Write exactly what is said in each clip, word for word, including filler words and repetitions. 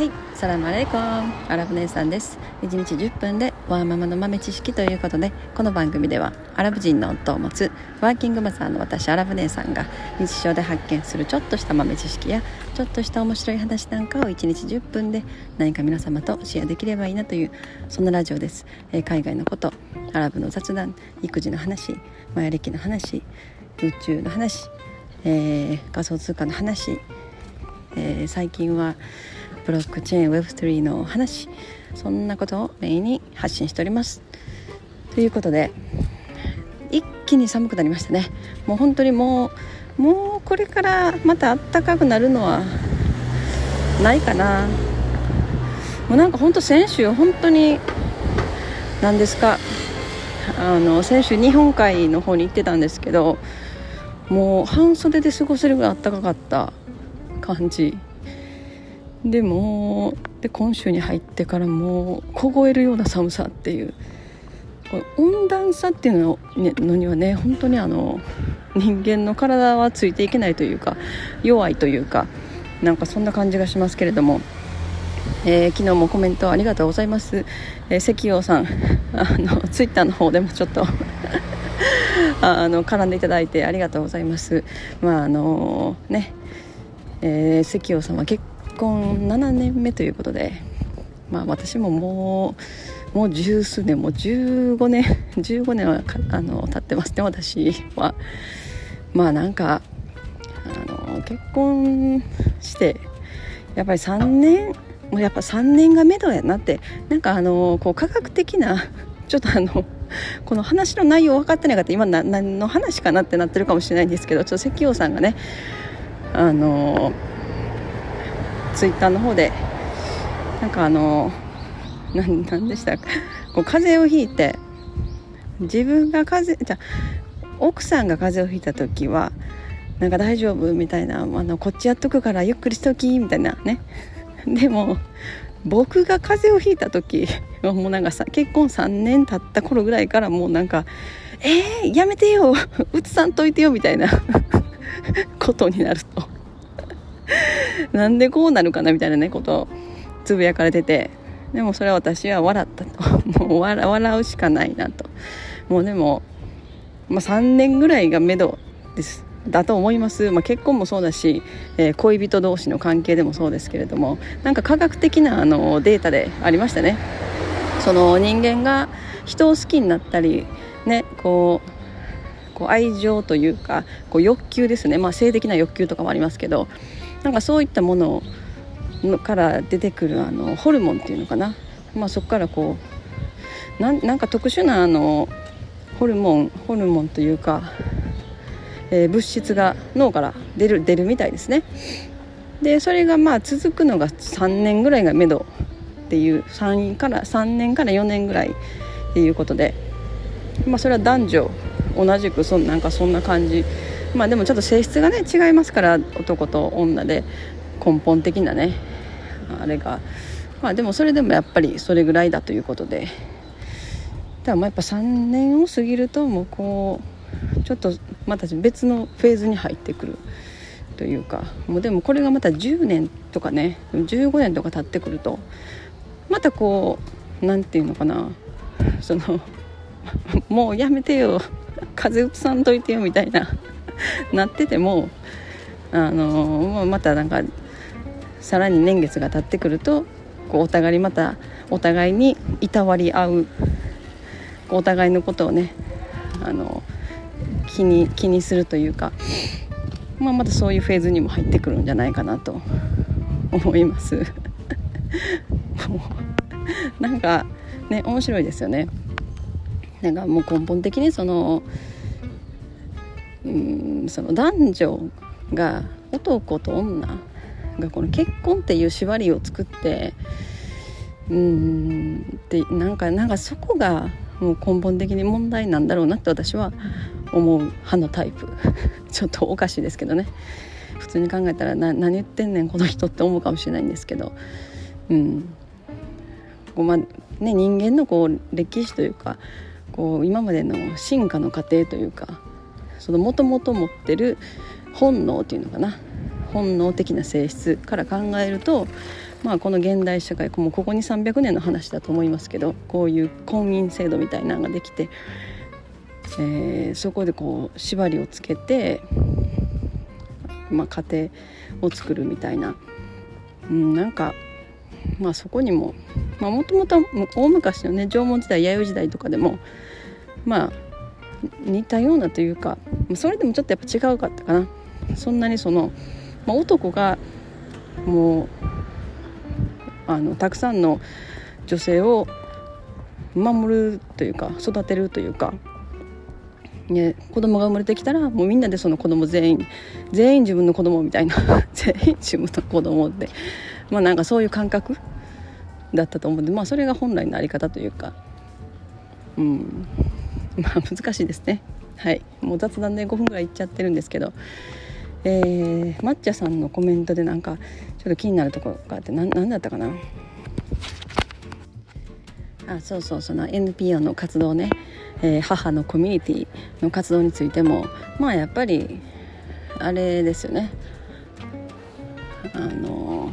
はい、サラムアレイコン、アラブ姉さんです。いちにちじゅっぷんでワーママの豆知識ということで、この番組ではアラブ人の夫を持つワーキングマザーの私アラブ姉さんが日常で発見するちょっとした豆知識やちょっとした面白い話なんかをいちにちじゅっぷんで何か皆様とシェアできればいいなという、そんなラジオです。えー、海外のこと、アラブの雑談、育児の話、マヤ歴の話、宇宙の話、えー、仮想通貨の話、えー、最近はブロックチェーン ウェブスリー の話、そんなことをメインに発信しております。ということで、一気に寒くなりましたね。もう本当にもうもうこれからまた暖かくなるのはないかな。もうなんか本当先週本当に何ですかあの先週日本海の方に行ってたんですけど、もう半袖で過ごせるぐらい暖かかった感じで、もで今週に入ってからもう凍えるような寒さっていう、これ温暖さっていうのにはね、本当にあの人間の体はついていけないというか、弱いというか、なんかそんな感じがしますけれども、えー、昨日もコメントありがとうございます。えー、関陽さん、あのツイッターの方でもちょっとあの絡んでいただいてありがとうございます。まああのね、えー、関陽さんは結婚ななねんめということで、まあ私ももうもう十数年、もうじゅうごねんじゅうごねんはあの経ってますね。私はまあなんかあの結婚してやっぱりさんねん、もうやっぱさんねんがめどやなって、なんかあのこう科学的なちょっとあのこの話の内容分かってない方、今な何の話かなってなってるかもしれないんですけど、ちょっと関陽さんがね、あのツイッターの方でなんかあの何何でしたか、こう風邪をひいて、自分が風邪じゃ奥さんが風邪をひいた時はなんか大丈夫みたいな、あのこっちやっとくからゆっくりしときみたいなね。でも僕が風邪をひいた時はもうなんかさ、結婚さんねん経った頃ぐらいからもうなんかえー、やめてようつさんといてよみたいなことになるとなんでこうなるかなみたいなねことをつぶやかれてて、でもそれは私は笑ったともう 笑, 笑うしかないなと。もうでも、まあ、さんねんぐらいがめどですだと思います。まあ、結婚もそうだし、えー、恋人同士の関係でもそうですけれども、なんか科学的なあのデータでありましたね。その人間が人を好きになったりね、こうこう愛情というかこう欲求ですね、まあ、性的な欲求とかもありますけど、なんかそういったものから出てくるあのホルモンっていうのかな、まあ、そこからこう な, なんか特殊なあのホルモンホルモンというか、えー、物質が脳から出る出るみたいですね。でそれがまあ続くのがさんねんぐらいがめどっていう、3からさんねんからよねんぐらいっていうことで、まあ、それは男女同じくそんなんかそんな感じ。まあでもちょっと性質がね違いますから、男と女で根本的なねあれが、まあでもそれでもやっぱりそれぐらいだということで、だからまあやっぱさんねんを過ぎるともうこうちょっとまた別のフェーズに入ってくるというか、もうでもこれがまたじゅうねんとかねじゅうごねんとか経ってくるとまたこうなんていうのかな、そのもうやめてよ風邪うつさんといてよみたいななってても、あのまたなんかさらに年月が経ってくるとこうお互いにまたお互いにいたわり合う、お互いのことをねあの気に気にするというか、まあ、またそういうフェーズにも入ってくるんじゃないかなと思いますなんかね面白いですよね。なんかもう根本的にそのうんその男女が男と女がこの結婚っていう縛りを作ってうーんでなんかなんかそこがもう根本的に問題なんだろうなって私は思う派のタイプちょっとおかしいですけどね、普通に考えたらな何言ってんねんこの人って思うかもしれないんですけど、うんこうまあね、人間のこう歴史というかこう今までの進化の過程というか、その元々持ってる本能っていうのかな、 本能的な性質から考えると、まあ、この現代社会もうここにさんびゃくねんの話だと思いますけど、こういう婚姻制度みたいなのができて、えー、そこでこう縛りをつけて、まあ、家庭を作るみたいな、うん、なんか、まあ、そこにももともと大昔のね縄文時代弥生時代とかでもまあ似たようなというか、それでもちょっとやっぱ違うかったかな。そんなにその、まあ、男がもうあのたくさんの女性を守るというか育てるというか、ね、子供が生まれてきたらもうみんなでその子供全員全員自分の子供みたいな全員自分の子供って、まあ、なんかそういう感覚だったと思うんで、まあ、それが本来のあり方というか、うん、まあ難しいですね。はい、もう雑談でごふんぐらいいっちゃってるんですけど、えー、抹茶さんのコメントでなんかちょっと気になるところがあって、ななんだったかなあ、そうそう、その エヌピーオー の活動ね、えー、母のコミュニティの活動についても、まあやっぱりあれですよね、あの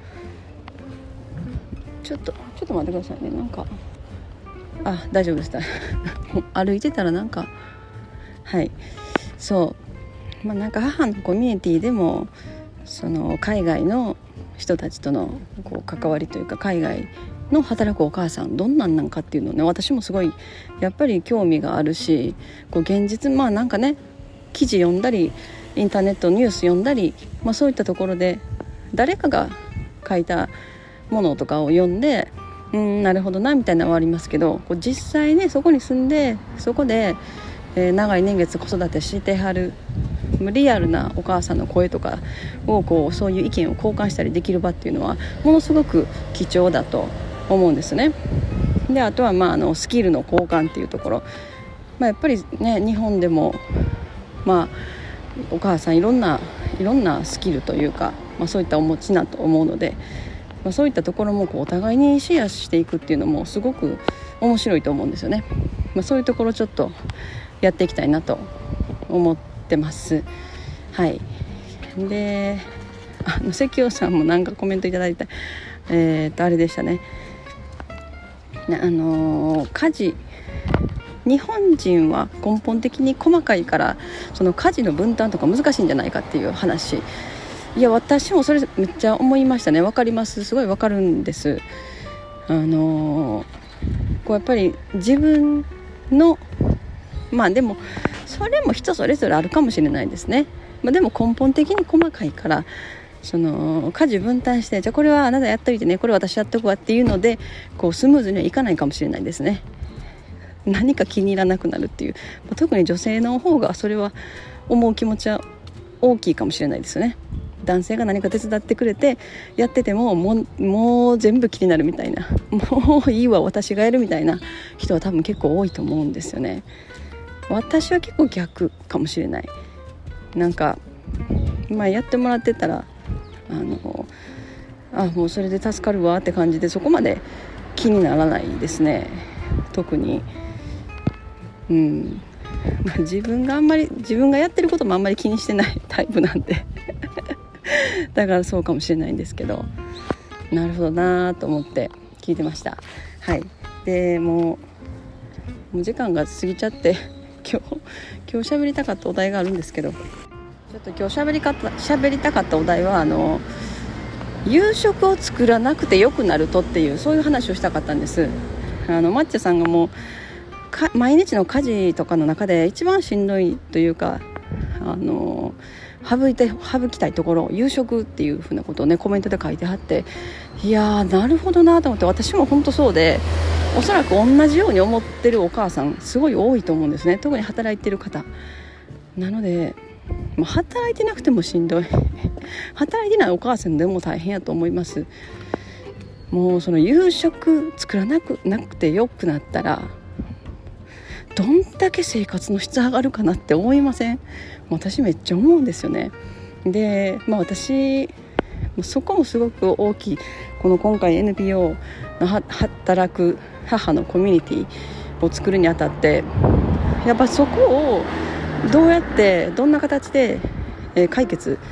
ちょっとちょっと待ってくださいね。なんかあ大丈夫でした歩いてたらなんかはいそうまあなんか母のコミュニティでもその海外の人たちとのこう関わりというか、海外の働くお母さんどんなんなんかっていうのをね、私もすごいやっぱり興味があるし、こう現実まあなんかね記事読んだりインターネットニュース読んだり、まあ、そういったところで誰かが書いたものとかを読んで、うんなるほどなみたいなのはありますけど、こう実際ねそこに住んでそこで、えー、長い年月子育てしてはるリアルなお母さんの声とかをこうそういう意見を交換したりできる場っていうのはものすごく貴重だと思うんですね。であとはまああのスキルの交換っていうところ、まあ、やっぱりね日本でもまあお母さんいろんないろんなスキルというか、まあ、そういったお持ちなと思うので、まあ、そういったところもこうお互いにシェアしていくっていうのもすごく面白いと思うんですよね。まあ、そういうところちょっとやっていきたいなと思ってます。はい。で、あの関尾さんもなんかコメントいただいた、えー、とあれでしたね。あのー、家事日本人は根本的に細かいからその家事の分担とか難しいんじゃないかっていう話、いや私もそれめっちゃ思いましたね。わかります、すごいわかるんです。あのー、こうやっぱり自分のまあでもそれも人それぞれあるかもしれないですね。まあ、でも根本的に細かいからその家事分担して、じゃあこれはあなたやっといてね、これ私やっとくわっていうのでこうスムーズにはいかないかもしれないですね。何か気に入らなくなるっていう、まあ、特に女性の方がそれは思う気持ちは大きいかもしれないですよね。男性が何か手伝ってくれてやっててももう、もう全部気になるみたいな、もういいわ私がやるみたいな人は多分結構多いと思うんですよね。私は結構逆かもしれない。なんか、まあ、やってもらってたらあのあもうそれで助かるわって感じでそこまで気にならないですね。特に、うんまあ、自分があんまり自分がやってることもあんまり気にしてないタイプなんでだからそうかもしれないんですけど、なるほどなと思って聞いてました。はい。でもう、もう時間が過ぎちゃって今日今日喋りたかったお題があるんですけど、ちょっと今日喋りかった喋りたかったお題はあの夕食を作らなくてよくなるとっていうそういう話をしたかったんです。あのマッチャさんがもうか毎日の家事とかの中で一番しんどいというかあの省いて省きたいところ夕食っていうふうなことをねコメントで書いてはって、いやーなるほどなと思って、私も本当そうでおそらく同じように思ってるお母さんすごい多いと思うんですね。特に働いてる方なので、もう働いてなくてもしんどい働いてないお母さんでも大変やと思います。もうその夕食作らなくなくてよくなったらどんだけ生活の質上がるかなって思いません？私めっちゃ思うんですよね。で、まあ、私そこもすごく大きい。この今回 エヌピーオー の働く母のコミュニティを作るにあたってやっぱそこをどうやってどんな形で解決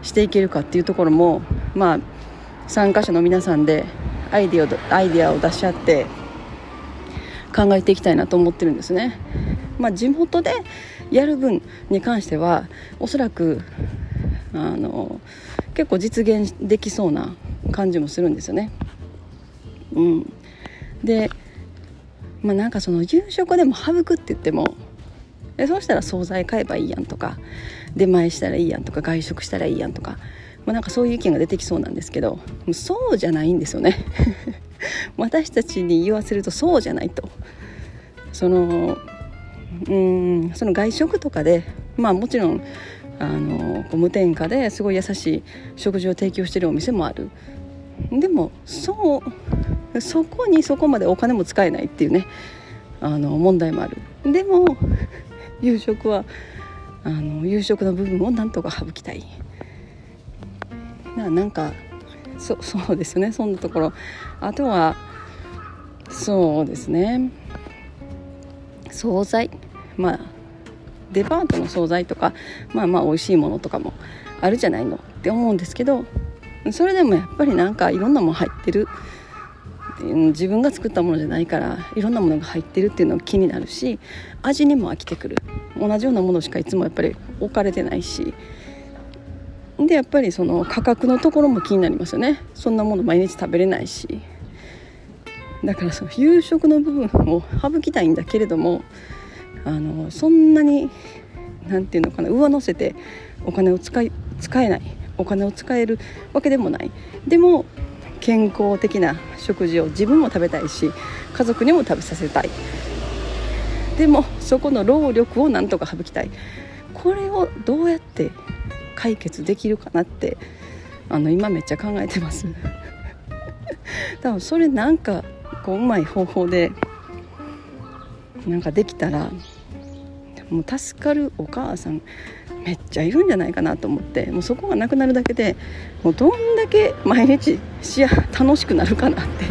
していけるかっていうところも、まあ、参加者の皆さんでアイディア、アイディアを出し合って考えていきたいなと思ってるんですね。まあ、地元でやる分に関してはおそらくあの結構実現できそうな感じもするんですよね。うん、で、まあ、なんかその夕食でも省くって言っても、えそうしたら惣菜買えばいいやんとか、出前したらいいやんとか、外食したらいいやんとか、まあ、なんかそういう意見が出てきそうなんですけど、そうじゃないんですよね私たちに言わせるとそうじゃないと。そのうーんその外食とかで、まあもちろんあの無添加ですごい優しい食事を提供しているお店もある。でもそうそこにそこまでお金も使えないっていうね、あの問題もある。でも夕食はあの夕食の部分をなんとか省きたいな。なんか そ, そうですね、そんなところ。あとはそうですね、惣菜、まあデパートの惣菜とか、まあまあ美味しいものとかもあるじゃないのって思うんですけど、それでもやっぱりなんかいろんなもの入ってる、自分が作ったものじゃないからいろんなものが入ってるっていうのが気になるし、味にも飽きてくる。同じようなものしかいつもやっぱり置かれてないし、でやっぱりその価格のところも気になりますよね。そんなもの毎日食べれないし、だからその夕食の部分を省きたいんだけれども、あのそんなになんていうのかな、上乗せてお金を使い使えない、お金を使えるわけでもない。でも健康的な食事を自分も食べたいし、家族にも食べさせたい。でもそこの労力をなんとか省きたい。これをどうやって解決できるかなってあの今めっちゃ考えてます多分それなんかこううまい方法でなんかできたら、もう助かるお母さんめっちゃいるんじゃないかなと思って、もうそこがなくなるだけでもうどんだけ毎日しや楽しくなるかなって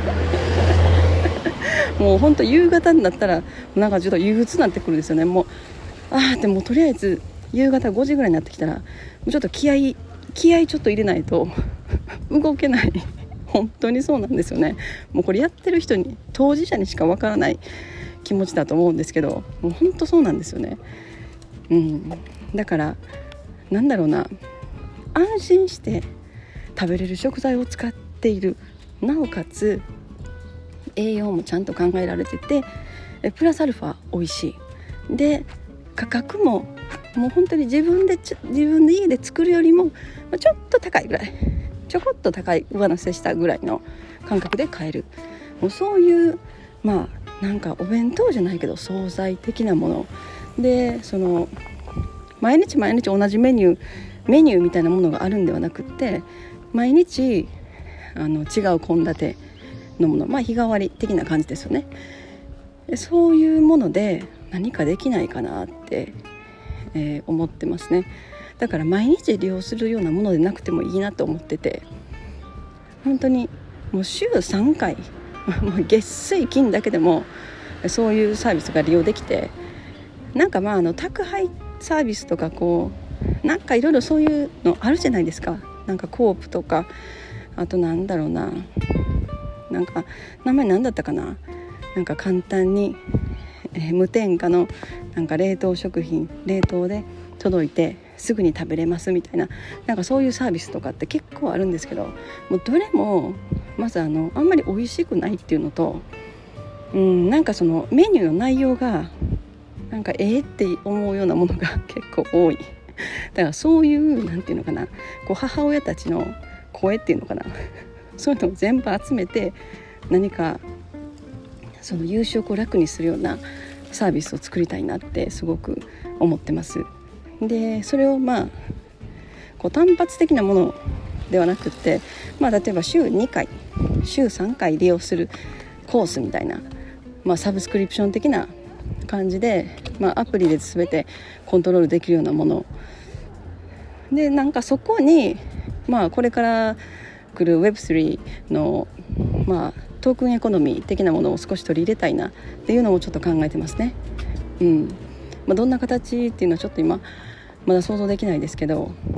もうほんと夕方になったらなんかちょっと憂鬱になってくるんですよね。もうあーでもとりあえず夕方ごじぐらいになってきたらもうちょっと気合い気合いちょっと入れないと動けない本当にそうなんですよね。もうこれやってる人に、当事者にしかわからない気持ちだと思うんですけど、もう本当そうなんですよね。うん、だからなんだろうな、安心して食べれる食材を使っている、なおかつ栄養もちゃんと考えられてて、プラスアルファ美味しいで、価格ももう本当に自分で自分で家で作るよりもちょっと高いぐらい、ちょこっと高い上乗せしたぐらいの感覚で買える。もうそういうまあなんかお弁当じゃないけど惣菜的なもので、その毎日毎日同じメニューメニューみたいなものがあるんではなくって、毎日あの違う献立のもの、まあ日替わり的な感じですよね。そういうもので何かできないかなって、えー、思ってますね。だから毎日利用するようなものでなくてもいいなと思ってて、本当にもう週さんかい月水金だけでもそういうサービスが利用できて、なんかまああの宅配サービスとかこうなんかいろいろそういうのあるじゃないですか。なんかコープとか、あとなんだろうな、なんか名前なんだったかな、なんか簡単に、えー、無添加のなんか冷凍食品、冷凍で届いてすぐに食べれますみたいな、なんかそういうサービスとかって結構あるんですけど、もうどれもまずあのあんまり美味しくないっていうのと、うん、なんかそのメニューの内容がなんかええって思うようなものが結構多い。だからそういうなんていうのかな、こう母親たちの声っていうのかなそういうのを全部集めて何かその夕食を楽にするようなサービスを作りたいなってすごく思ってます。でそれをまあこう単発的なものではなくって、まあ、例えば週にかい週さんかい利用するコースみたいな、まあ、サブスクリプション的な感じで、まあ、アプリで全てコントロールできるようなもので、なんかそこに、まあ、これから来る ウェブスリー の、まあ、トークンエコノミー的なものを少し取り入れたいなっていうのもちょっと考えてますね。うんまあ、どんな形っていうのはちょっと今まだ想像できないですけど、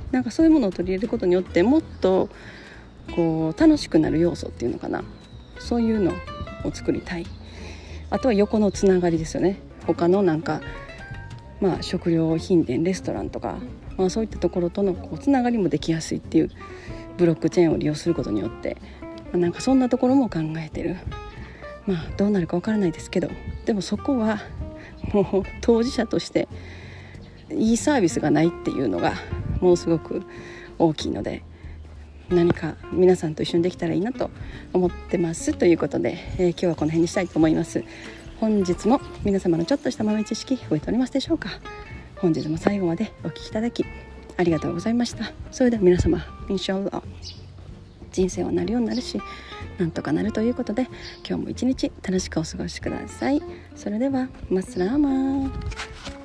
なんかそういうものを取り入れることによってもっとこう楽しくなる要素っていうのかな、そういうのを作りたい。あとは横のつながりですよね。他のなんかまあ食料品店、レストランとか、まあ、そういったところとのこうつながりもできやすいっていうブロックチェーンを利用することによって、まあ、なんかそんなところも考えてる。まあどうなるかわからないですけど、でもそこはもう当事者としていいサービスがないっていうのがものすごく大きいので、何か皆さんと一緒にできたらいいなと思ってますということで、えー、今日はこの辺にしたいと思います。本日も皆様のちょっとした豆知識増えておりますでしょうか。本日も最後までお聞きいただきありがとうございました。それでは皆様、インシャアラ、人生はなるようになるし、なんとかなるということで、今日も一日楽しくお過ごしください。それではマッスラーマー。